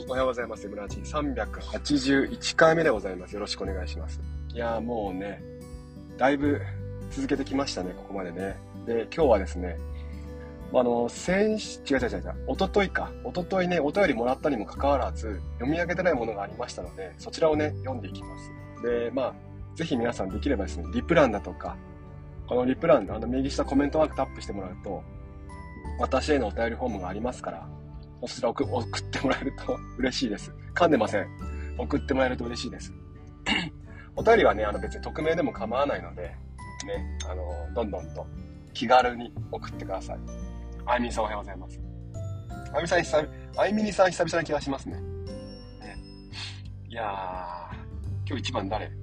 おはようございます。村地381回目でございます。よろしくお願いします。いやーもうね、だいぶ続けてきましたね、ここまでね。で、今日はですね、おとといね、お便りもらったにもかかわらず、読み上げてないものがありましたので、そちらをね、読んでいきます。で、ぜひ皆さんできればですね、リプランだとか、このリプラン、右下コメントマークタップしてもらうと、私へのお便りフォームがありますから、そちら送ってもらえると嬉しいです。噛んでません。送ってもらえると嬉しいです。お便りはね、別に匿名でも構わないので、ね、どんどんと気軽に送ってください。あいみにさんおはようございます。あいみにさん久々な気がしますね。いやー、今日一番誰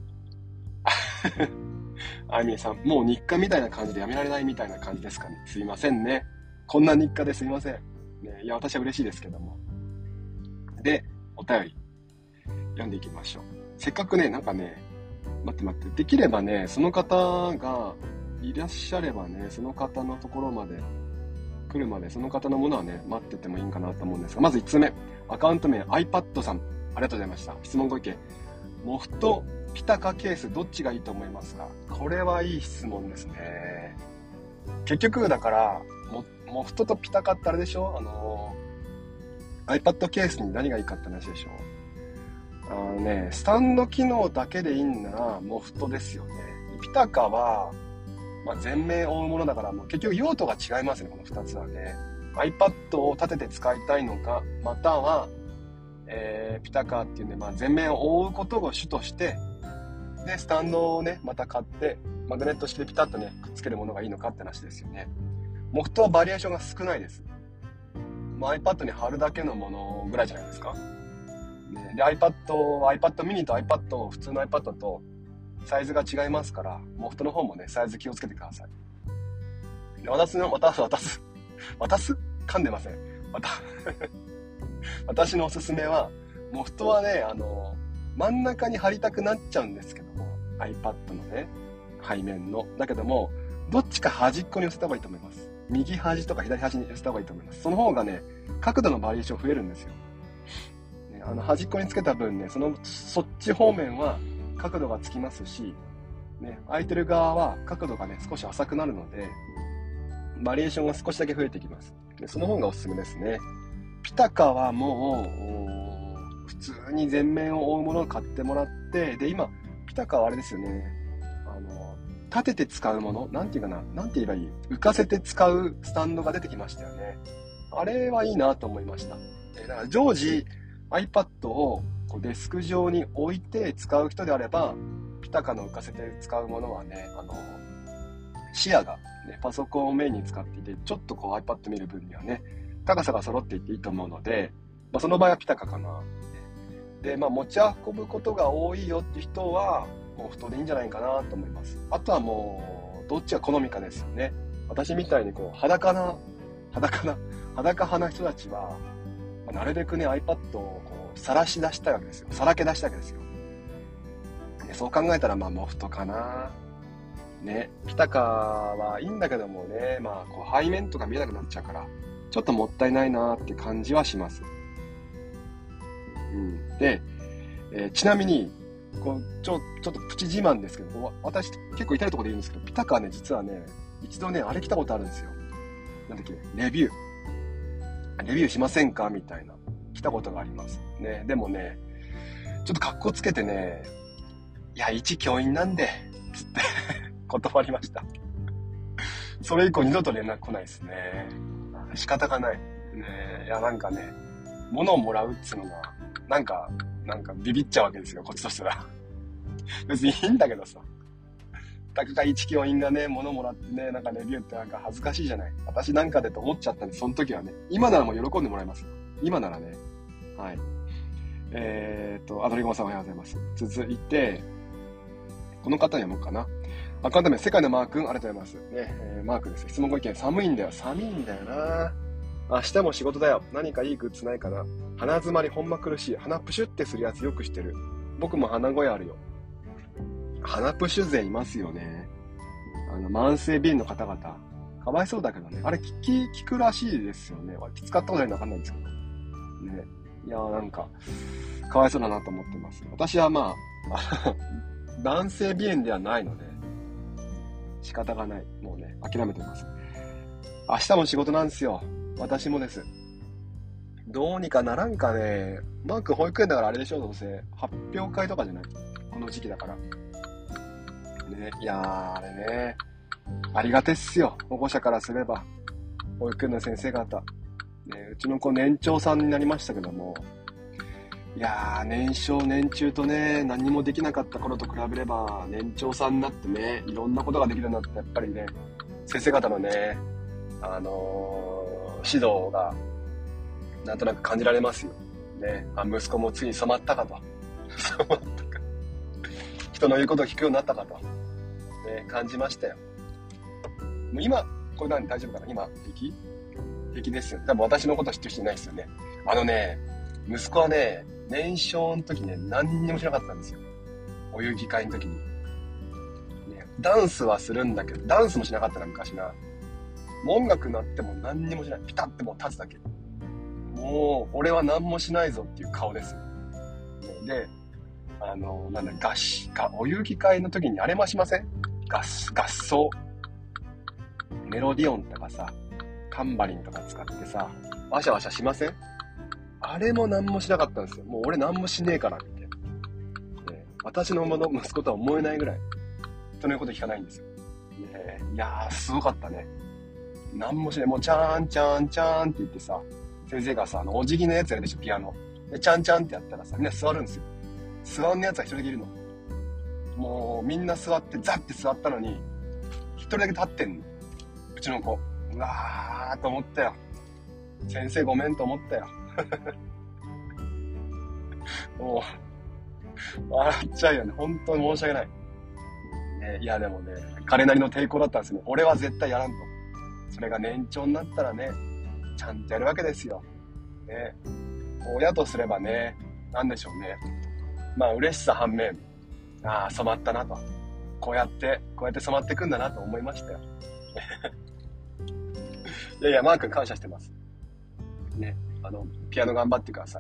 あいみにさん、もう日課みたいな感じでやめられないみたいな感じですかね。すいませんね。こんな日課ですいません。ね、いや、私は嬉しいですけども。で、お便り、読んでいきましょう。せっかくね、待って。できればね、その方がいらっしゃればね、その方のところまで、来るまで、その方のものはね、待っててもいいんかなと思うんですが、まず1つ目、アカウント名、iPad さん、ありがとうございました。質問ご意見。モフとピタカケース、どっちがいいと思いますか？これはいい質問ですね。結局、だから、モフトとピタカってあれでしょ？iPad ケースに何がいいかって話でしょ？スタンド機能だけでいいんならモフトですよね。ピタカは、全面を覆うものだから、結局用途が違いますね、この2つはね。iPad を立てて使いたいのか、または、ピタカっていうんで、全面を覆うことを主として、で、スタンドをね、また買って、マグネット式でピタッとね、くっつけるものがいいのかって話ですよね。モフトはバリエーションが少ないです。iPad に貼るだけのものぐらいじゃないですか。ね、で、iPad mini と普通の iPad とサイズが違いますから、モフトの方もね、サイズ気をつけてください。で、渡す噛んでません。私のおすすめは、モフトはね、真ん中に貼りたくなっちゃうんですけども、iPad のね、背面の。だけども、どっちか端っこに寄せた方がいいと思います。右端とか左端に寄せた方がいいと思います。その方がね、角度のバリエーション増えるんですよ。ね、端っこにつけた分ね、そっち方面は角度がつきますし、ね、空いてる側は角度がね、少し浅くなるので、バリエーションが少しだけ増えてきます。で、その方がおすすめですね。ピタカはもう、普通に全面を覆うものを買ってもらって、で、今、ピタカはあれですよね、立てて使うもの、なんて言えばいい？浮かせて使うスタンドが出てきましたよね。あれはいいなと思いました。だから常時 iPad をこうデスク上に置いて使う人であれば、ピタカの浮かせて使うものはね、視野が、ね、パソコンをメインに使っていて、ちょっとこう iPad 見る分にはね、高さが揃っていっていいと思うので、その場合はピタカかな。で、持ち運ぶことが多いよって人は、モフトでいいんじゃないかなと思います。あとはもう、どっちが好みかですよね。私みたいにこう、裸派な人たちは、なるべくね、iPad をこう、さらけ出したいわけですよ。で、そう考えたら、モフトかな。ね、ピタカはいいんだけどもね、こう、背面とか見えなくなっちゃうから、ちょっともったいないなって感じはします。で、ちなみに、ちょっとプチ自慢ですけど、私結構至るところで言うんですけど、ピタカね、実はね、一度ね、あれ来たことあるんですよ。なんだっけ、レビューしませんかみたいな、来たことがあります。ね、でもね、ちょっと格好つけてね、いや、一教員なんで、つって断りました。それ以降二度と連絡来ないですね。仕方がない。ね、いや、物をもらうっつうのが、なんかビビっちゃうわけですよ、こっちとしたら。別にいいんだけどさ。たかが一教員がね、物もらってね、レビューって恥ずかしいじゃない。私なんかでと思っちゃったんで、その時はね、今ならもう喜んでもらえます。今ならね。はい。アドリゴマさんおはようございます。続いて、この方読もうかな。アカウント名、世界のマー君、ありがとうございます。ね、マークです。質問ご意見、寒いんだよな。明日も仕事だよ。何かいいグッズないかな。鼻詰まりほんま苦しい。鼻プシュってするやつよくしてる。僕も鼻声あるよ。鼻プシュ勢いますよね。慢性鼻炎の方々。かわいそうだけどね。あれ、効くらしいですよね。使ったことないのわかんないんですけど。ね。 いやーなんか、かわいそうだなと思ってます。私はまあ、男性鼻炎ではないので、仕方がない。もうね、諦めてます。明日も仕事なんですよ。私もです。どうにかならんかね。マーク保育園だからあれでしょ、どうせ。発表会とかじゃない？この時期だから。ね、いやー、あれね。ありがてっすよ。保護者からすれば。保育園の先生方。ね、うちの子年長さんになりましたけども。いやー、年少年中とね、何もできなかった頃と比べれば、年長さんになってね、いろんなことができるようになって、やっぱりね、先生方のね、指導が、なんとなく感じられますよ。ね、息子もついに染まったかと。染まったか。人の言うことを聞くようになったかと。ね、感じましたよ。もう今、これ何大丈夫かな？今、平気ですよ。多分私のこと知ってる人いないですよね。息子はね、年少の時ね、何にもしなかったんですよ。お遊戯会の時に。ね、ダンスはするんだけど、ダンスもしなかったな、昔な。もう音楽になっても何にもしない。ピタッてもう立つだけ。もう、俺は何もしないぞっていう顔ですよ。ね、で、お遊戯会の時にあれもしません？合奏。メロディオンとかさ、タンバリンとか使ってさ、ワシャワシャしません？あれも何もしなかったんですよ。もう俺何もしねえから、みたいな。ね、私の息子とは思えないぐらい、人の言うこと聞かないんですよ。ね、いやー、すごかったね。何もしない。もう、チャーン、チャーン、チャーンって言ってさ、先生がさ、お辞儀のやつやるでしょ、ピアノ。で、チャンチャンってやったらさ、みんな座るんですよ。座んのやつは一人だけいるの。もう、みんな座って、ザッて座ったのに、一人だけ立ってんの。うちの子。うわーと思ったよ。先生ごめんと思ったよ。もう、笑っちゃうよね。本当に申し訳ない。ね、いやでもね、彼なりの抵抗だったんですね。俺は絶対やらんと。それが年長になったらね、ちゃんとやるわけですよ。ね、親とすればね、なんでしょうね。まあ嬉しさ反面、ああ、染まったなと。こうやって染まってくんだなと思いましたよ。いやいや、マー君感謝してます。ね、ピアノ頑張ってください。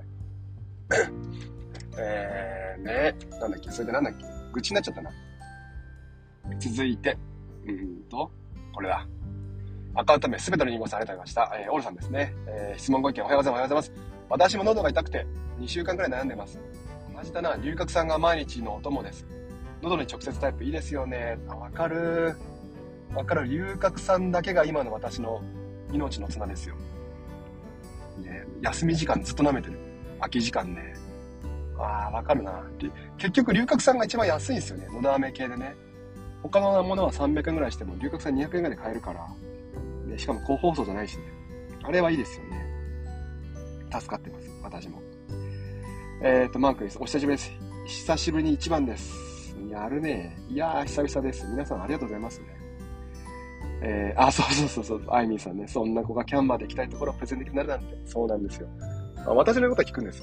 ね、なんだっけ、それでなんだっけ、愚痴になっちゃったな。続いて、これだ。アカウント名、すべてのリンゴさんありがとうございました。オールさんですね。質問ご意見おはようございます。私も喉が痛くて、2週間くらい悩んでます。同じだな、龍角散が毎日のお供です。喉に直接タイプいいですよね。わかる。龍角散だけが今の私の命の綱ですよ。ね、休み時間ずっと舐めてる。空き時間ね。わかるな。結局、龍角散が一番安いんですよね。のど飴系でね。他のものは300円ぐらいしても、龍角散200円ぐらいで買えるから。ね、しかも高放送じゃないしね。あれはいいですよね。助かってます。私も。マークです。お久しぶりです。久しぶりに1番です。やるね。いやー、久々です。皆さんありがとうございますね。そう。アイミーさんね。そんな子がキャンバーで行きたいところをプレゼン的になるなんて。そうなんですよ。私の言うことは聞くんです。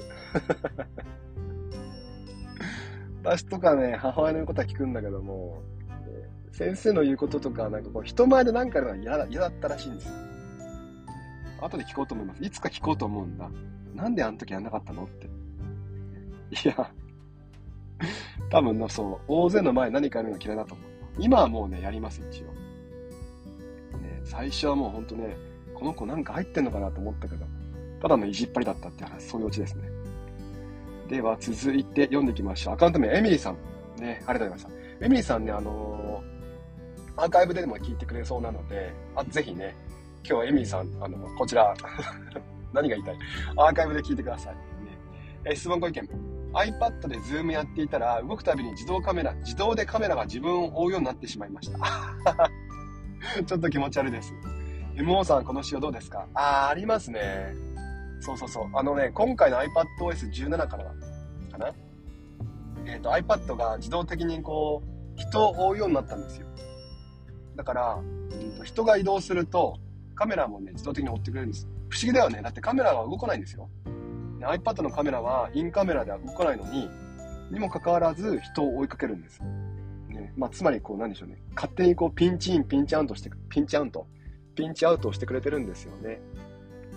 私とかね、母親の言うことは聞くんだけども、先生の言うこととか、なんかこう、人前で何かやるのは嫌だったらしいんですよ。後で聞こうと思います。いつか聞こうと思うんだ。なんであの時やんなかったのって。いや、多分の、そう、大勢の前何かやるの嫌いだと思う。今はもうね、やります、一応。ね、最初はもうほんとね、この子なんか入ってんのかなと思ったけど、ただの意地っ張りだったって話、そういうオチですね。では、続いて読んでいきましょう。アカウント名、エミリーさん。ね、ありがとうございました。エミリーさんね、アーカイブでも聞いてくれそうなので、ぜひね、今日エミリーさん、こちら、何が言いたい？アーカイブで聞いてください。ね、質問ご意見。iPad でズームやっていたら、動くたびに自動でカメラが自分を追うようになってしまいました。ちょっと気持ち悪いです。MO さん、この仕様どうですか？ありますね。そう。今回の iPadOS17 からかなiPad が自動的にこう、人を追うようになったんですよ。だから、人が移動すると、カメラもね、自動的に追ってくれるんです。不思議だよね。だってカメラは動かないんですよ。iPad のカメラはインカメラでは動かないのにもかかわらず人を追いかけるんです。ね、つまりこうなんでしょうね。勝手にこうピンチアウトをしてくれてるんですよね。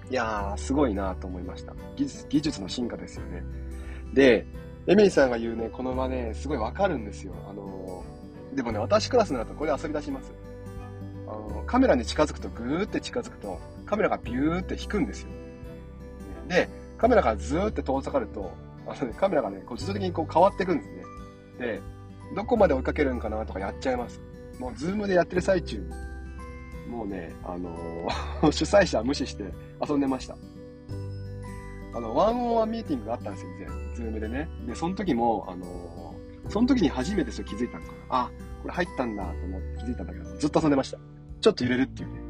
いやー、すごいなと思いました。技術の進化ですよね。で、エミリーさんが言うね、この場ね、すごいわかるんですよ。でもね、私クラスになるとこれ遊び出します。カメラに近づくと、ぐーって近づくと、カメラがビューって引くんですよ。で、カメラがずーって遠ざかると、カメラがね、こう自動的にこう変わっていくんですね。で、どこまで追いかけるんかなとかやっちゃいます。もうズームでやってる最中に、もうね、主催者無視して遊んでました。ワンオンワンミーティングがあったんですよ、以前。ズームでね。で、その時も、その時に初めてそれ気づいたのかな。あ、これ入ったんだと思って気づいたんだけど、ずっと遊んでました。ちょっと揺れるっていうね。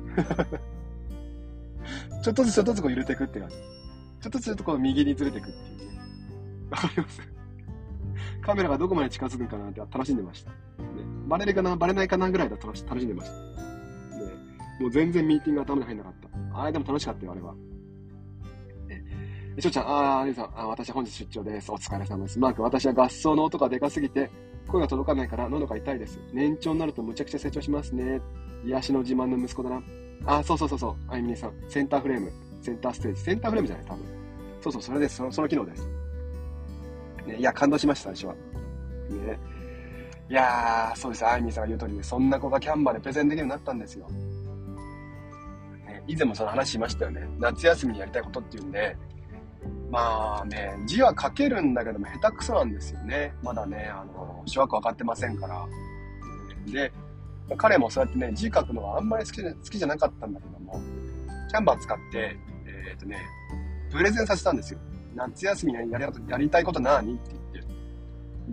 ちょっとずつこう揺れていくって感じ。ちょっとずつこう右にずれていくっていうね。わかります？カメラがどこまで近づくかなって楽しんでました。ね、バレるかな、バレないかなぐらいで楽しんでました。ね、もう全然ミーティングが頭に入んなかった。あれでも楽しかったよ、あれは。しょうちゃん、リュウさん、私は本日出張です。お疲れ様です。マーク、私は合奏の音がでかすぎて、声が届かないから喉が痛いです。年長になるとむちゃくちゃ成長しますね。癒しの自慢の息子だな。そう。あゆみねさん、センターフレーム、センターステージ、センターフレームじゃない多分。そう、それです。その機能です。ね、いや、感動しました、最初は。ね。いやー、そうです。あゆみさんが言う通りで、そんな子がキャンバーでプレゼンできるようになったんですよ。ね、以前もその話しましたよね。夏休みにやりたいことっていうんで、まあね、字は書けるんだけども下手くそなんですよね。まだね、手話分かってませんから。で、彼もそうやってね、字書くのはあんまり好きじゃなかったんだけども、キャンバー使って、プレゼンさせたんですよ。夏休みにやりたいこと何って言って。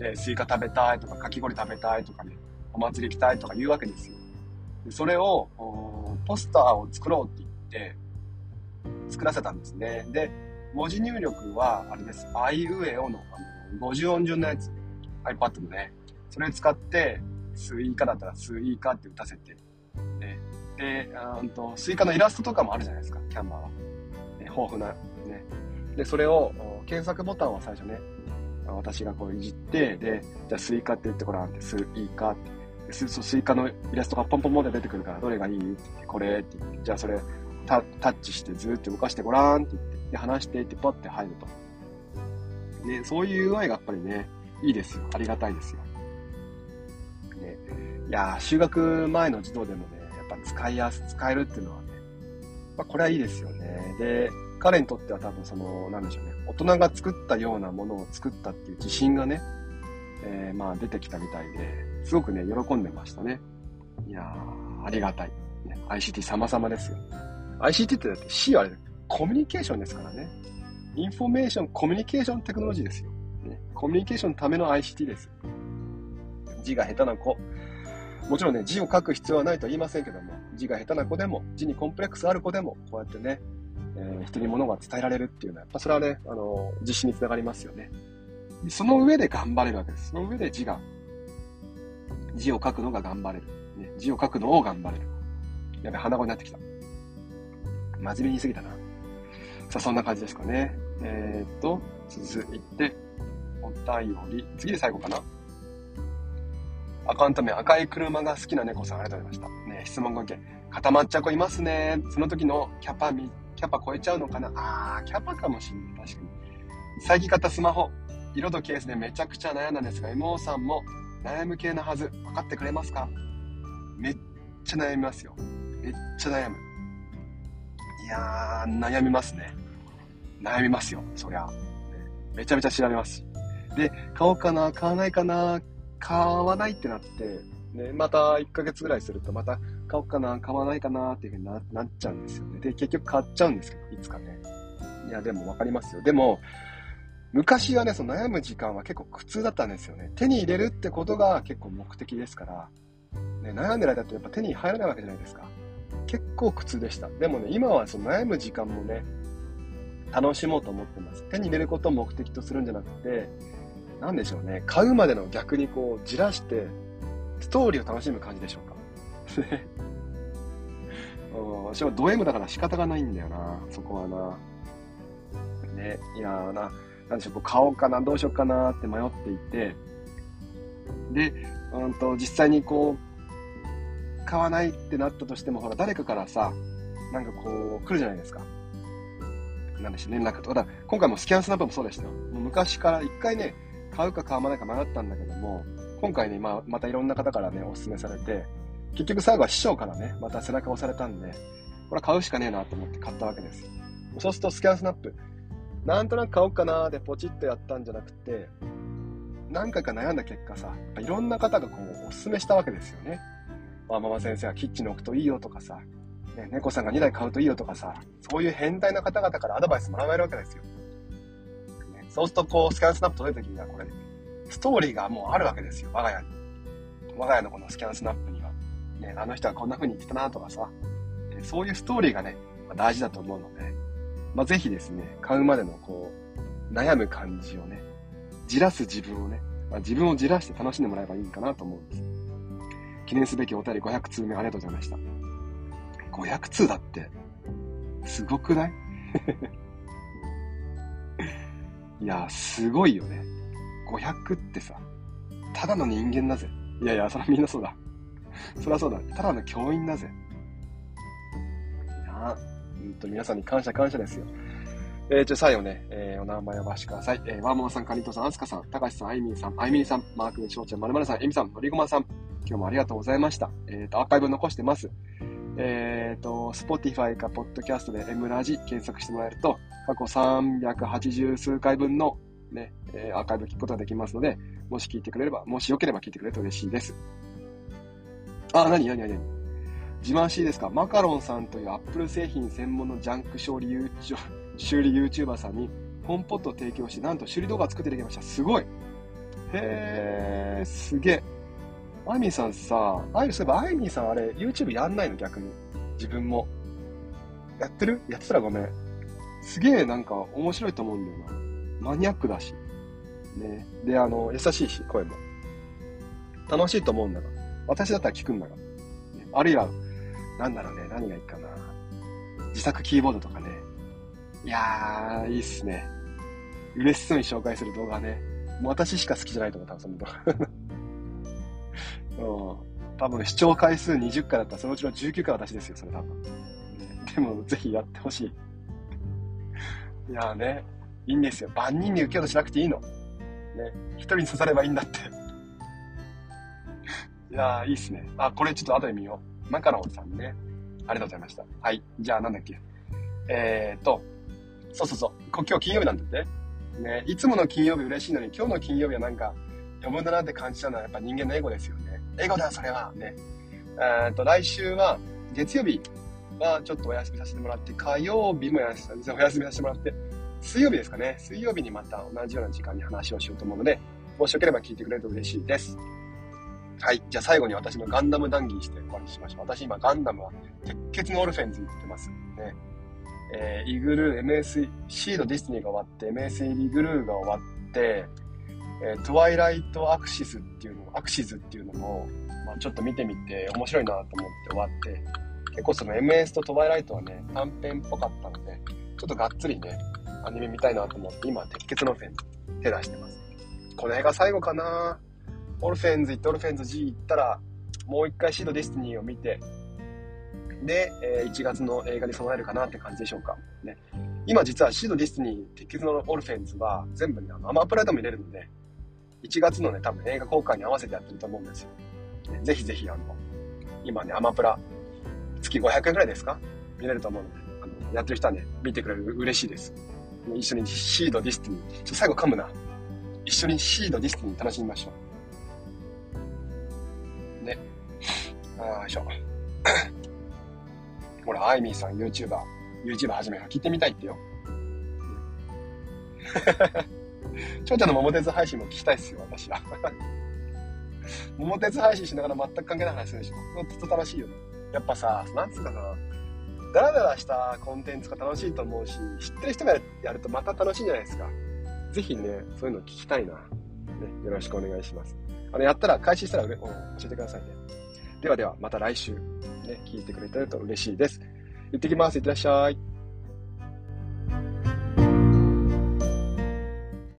で、スイカ食べたいとか、かき氷食べたいとかね、お祭り行きたいとか言うわけですよ。でそれを、ポスターを作ろうって言って、作らせたんですね。で、文字入力は、あれです。あいうえおの、50音順のやつ。iPad のね。それ使って、スイカだったらスイカって打たせて。で、スイカのイラストとかもあるじゃないですか、キャンバーは。豊富な。ね。で、それを、検索ボタンを最初ね、私がこういじって、で、じゃあスイカって言ってごらんって、スイカって。スイカのイラストがポンポンポンって出てくるから、どれがいいって言って、これって言って、じゃあそれタッチしてずーっと動かしてごらんって言って、で、話してってポッて入ると。ね、そういう UI がやっぱりね、いいですよ。ありがたいですよ。ね、いやー、就学前の児童でもね、やっぱ使えるっていうのはね、これはいいですよね。で、彼にとっては多分なんでしょうね、大人が作ったようなものを作ったっていう自信がね、出てきたみたいで、すごくね、喜んでましたね。いやー、ありがたい。ね、ICT 様々ですよ。ICT ってだって C はあれコミュニケーションですからね。インフォメーション、コミュニケーションテクノロジーですよ。ね、コミュニケーションのための ICT です。字が下手な子。もちろんね、字を書く必要はないとは言いませんけども、字が下手な子でも、字にコンプレックスある子でも、こうやってね、人に物が伝えられるっていうのは、やっぱそれはね、自信につながりますよね。その上で頑張れるわけです。その上で字を書くのが頑張れる。ね、字を書くのを頑張れる。やべ、鼻声になってきた。真面目に言い過ぎたな。さあ、そんな感じですかね。続いて、お便り。次で最後かな。アカウント名、赤い車が好きな猫さん、ありがとうございました。ね、質問ご意見。固まっちゃう子いますね。その時のキャパ超えちゃうのかな。キャパかもしんない。確かに。最近買ったスマホ、色とケースでめちゃくちゃ悩んだんですが、妹さんも悩む系なはず。分かってくれますか？めっちゃ悩みますよ。めっちゃ悩む。いやー、悩みますね。悩みますよ、そりゃ。めちゃめちゃ調べます。で、買おうかな、買わないかな、買わないってなって、ね、また1ヶ月ぐらいすると、また買おうかな、買わないかなっていう風になっちゃうんですよね。で、結局買っちゃうんですけど、いつかね。いや、でもわかりますよ。でも、昔はね、その悩む時間は結構苦痛だったんですよね。手に入れるってことが結構目的ですから、ね、悩んでる間ってやっぱ手に入らないわけじゃないですか。結構苦痛でした。でもね、今はその悩む時間もね、楽しもうと思ってます。手に入れることを目的とするんじゃなくて、なんでしょうね、買うまでの逆にこう、じらして、ストーリーを楽しむ感じでしょうか。私はド M だから仕方がないんだよな、そこはな。ね、いやーなんでしょう、買おうかな、どうしようかなって迷っていて、で、実際にこう、買わないってなったとしても、ほら、誰かからさ、なんかこう、来るじゃないですか。 なんでしょう、連絡とか。今回もスキャンスナップもそうでしたよ。もう昔から一回ね、買うか買わないか迷ったんだけども、今回ね、またいろんな方からね、お勧めされて、結局最後は師匠からね、また背中を押されたんで、これは買うしかねえなと思って買ったわけです。そうするとスキャンスナップ、なんとなく買おうかなーでポチッとやったんじゃなくて、何回か悩んだ結果さ、いろんな方がこうお勧めしたわけですよね。ママ先生はキッチンに置くといいよとかさ、ね、猫さんが2台買うといいよとかさ、そういう変態な方々からアドバイスもらえるわけですよ。ね、そうするとこうスキャンスナップ届いた時にはこれ、ストーリーがもうあるわけですよ、我が家に。我が家のこのスキャンスナップには。ね、あの人はこんな風に言ってたなとかさ、そういうストーリーがね、大事だと思うので、ぜひですね、買うまでのこう、悩む感じをね、じらす自分をね、自分をじらして楽しんでもらえばいいかなと思うんです。記念すべきお便り500通目ありがとうございました。500通だって、すごくないいや、すごいよね。500ってさ、ただの人間だぜ。いやいや、それはみんなそうだ。そりゃそうだ。ただの教員だぜ。いや、皆さんに感謝ですよ。最後ね、お名前をおばしてください。ワーモンさん、カニトさん、アスカさん、高橋さん、アイミンさん、アイミリさん、マーク、翔ちゃん、まるまるさん、エミさん、のりごまさん、今日もありがとうございました。アーカイブ残してます。Spotify か Podcast で M ラジ検索してもらえると、過去380数回分のね、アーカイブ聞くことができますので、もしよければ聞いてくれると嬉しいです。何自慢しいですか？マカロンさんというアップル製品専門のジャンク修理 YouTuber さんにコーンポットを提供して、なんと修理動画作ってできました。すごい。へー、すげえ。アイミーさんさ、そういえばアイミーさんあれ YouTube やんないの？逆に。自分も。やってたらごめん。すげえなんか面白いと思うんだよな。マニアックだし。ね。で、優しいし、声も。楽しいと思うんだが。私だったら聞くんだが。ね、あるいは、なんだろうね。何がいいかな。自作キーボードとかね。いやー、いいっすね。嬉しそうに紹介する動画ね。もう私しか好きじゃないと思う、多分その動画。多分視聴回数20回だったらそのうちの19回私ですよ、それ多分。ね、でもぜひやってほしい。いやーね、いいんですよ。万人に受けようとしなくていいの。ね、一人に刺さればいいんだって。いやー、いいっすね。これちょっと後で見よう。マカロンさんね。ありがとうございました。はい。じゃあなんだっけ。そう。今日金曜日なんだって。ね、いつもの金曜日嬉しいのに、今日の金曜日はなんか、余分だなって感じたのはやっぱ人間のエゴですよね。エゴだ、それは。ね。来週は、月曜日はちょっとお休みさせてもらって、火曜日もお休みさせてもらって、水曜日ですかね。水曜日にまた同じような時間に話をしようと思うので、もしよければ聞いてくれると嬉しいです。はい。じゃあ最後に私のガンダム談義して終わりにしましょう。私今ガンダムは鉄血のオルフェンズに出てます。ね。イグルー、MS、シードディスティニーが終わって、MS イグルーが終わって、トワイライトアクシズっていうのも、ちょっと見てみて面白いなと思って終わって、結構その MS とトワイライトはね、短編っぽかったので、ちょっとがっつりね、アニメ見たいなと思って、今、鉄血のオルフェンズ手出してます。この映画最後かな。オルフェンズ行ってオルフェンズ G 行ったら、もう一回シードディスティニーを見て、で、1月の映画に備えるかなって感じでしょうか。ね、今実はシードディスティニー、鉄血のオルフェンズは全部ね、アマプラでも見れるので、1月のね、多分映画公開に合わせてやってると思うんですよ。ね、ぜひぜひ今ね、アマプラ、月500円くらいですか？見れると思うので、やってる人はね、見てくれる嬉しいです。一緒にシードディスティニー、最後噛むな。一緒にシードディスティニー楽しみましょう。ね。よいしょ。ほら、アイミーさん YouTuber 始めるの聞いてみたいってよ。ちょうちゃんの桃鉄配信も聞きたいっすよ、私は。桃鉄配信しながら全く関係ない話するでしょ。ずっと楽しいよね。やっぱさ、なんつうかな、ダラダラしたコンテンツが楽しいと思うし、知ってる人がやるとまた楽しいじゃないですか。ぜひね、そういうの聞きたいな。ね、よろしくお願いします。やったら、開始したら教えてくださいね。ではでは、また来週、ね、聞いてくれてると嬉しいです。行ってきます。いってらっしゃい。